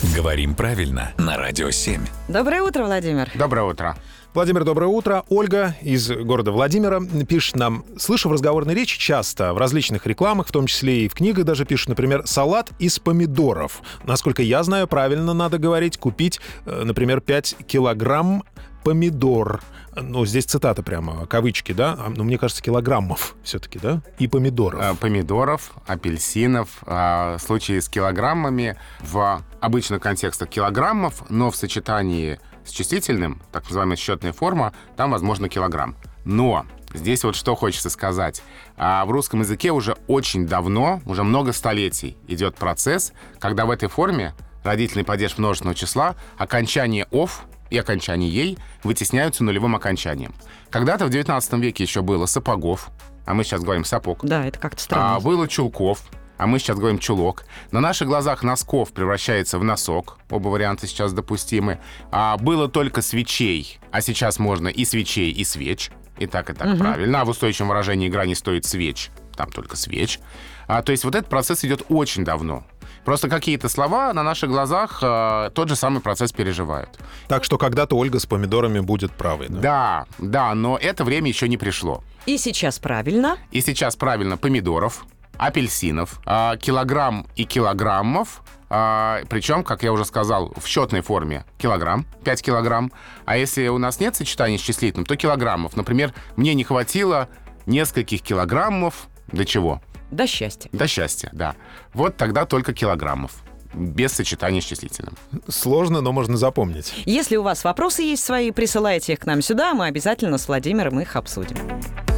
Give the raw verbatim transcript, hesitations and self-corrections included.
Говорим правильно на Радио семь. Доброе утро, Владимир. Доброе утро. Владимир, доброе утро. Ольга из города Владимира пишет нам: слышу в разговорной речи часто, в различных рекламах, в том числе и в книгах даже пишут, например, салат из помидоров. Насколько я знаю, правильно надо говорить купить, например, пять килограмм помидор. Ну, здесь цитата прямо, кавычки, да? Но мне кажется, килограммов все-таки, да? И помидоров. Помидоров, апельсинов. В случае с килограммами в обычных контекстах килограммов, но в сочетании с числительным, так называемая счетная форма, там, возможно, килограмм. Но здесь вот что хочется сказать. В русском языке уже очень давно, уже много столетий идет процесс, когда в этой форме родительный падеж множественного числа окончание «ов» и окончание «ей» вытесняются нулевым окончанием. Когда-то в девятнадцатом веке еще было сапогов, а мы сейчас говорим сапог. Да, это как-то странно. А, было чулков, а мы сейчас говорим чулок. На наших глазах носков превращается в носок. Оба варианта сейчас допустимы. А, было только свечей, а сейчас можно и свечей, и свеч. И так, и так, угу. Правильно. А в устойчивом выражении игра не стоит свеч, там только свеч. А, то есть вот этот процесс идет очень давно. Просто какие-то слова на наших глазах э, тот же самый процесс переживают. Так что когда-то Ольга с помидорами будет правой, да? Да, да, но это время еще не пришло. И сейчас правильно? И сейчас правильно помидоров, апельсинов, э, килограмм и килограммов. Э, причем, как я уже сказал, в счетной форме килограмм, пять килограмм. А если у нас нет сочетания с числительным, то килограммов. Например, мне не хватило нескольких килограммов. Для чего? До счастья. До счастья, да. Вот тогда только килограммов, без сочетания с числительным. Сложно, но можно запомнить. Если у вас вопросы есть свои, присылайте их к нам сюда, мы обязательно с Владимиром их обсудим.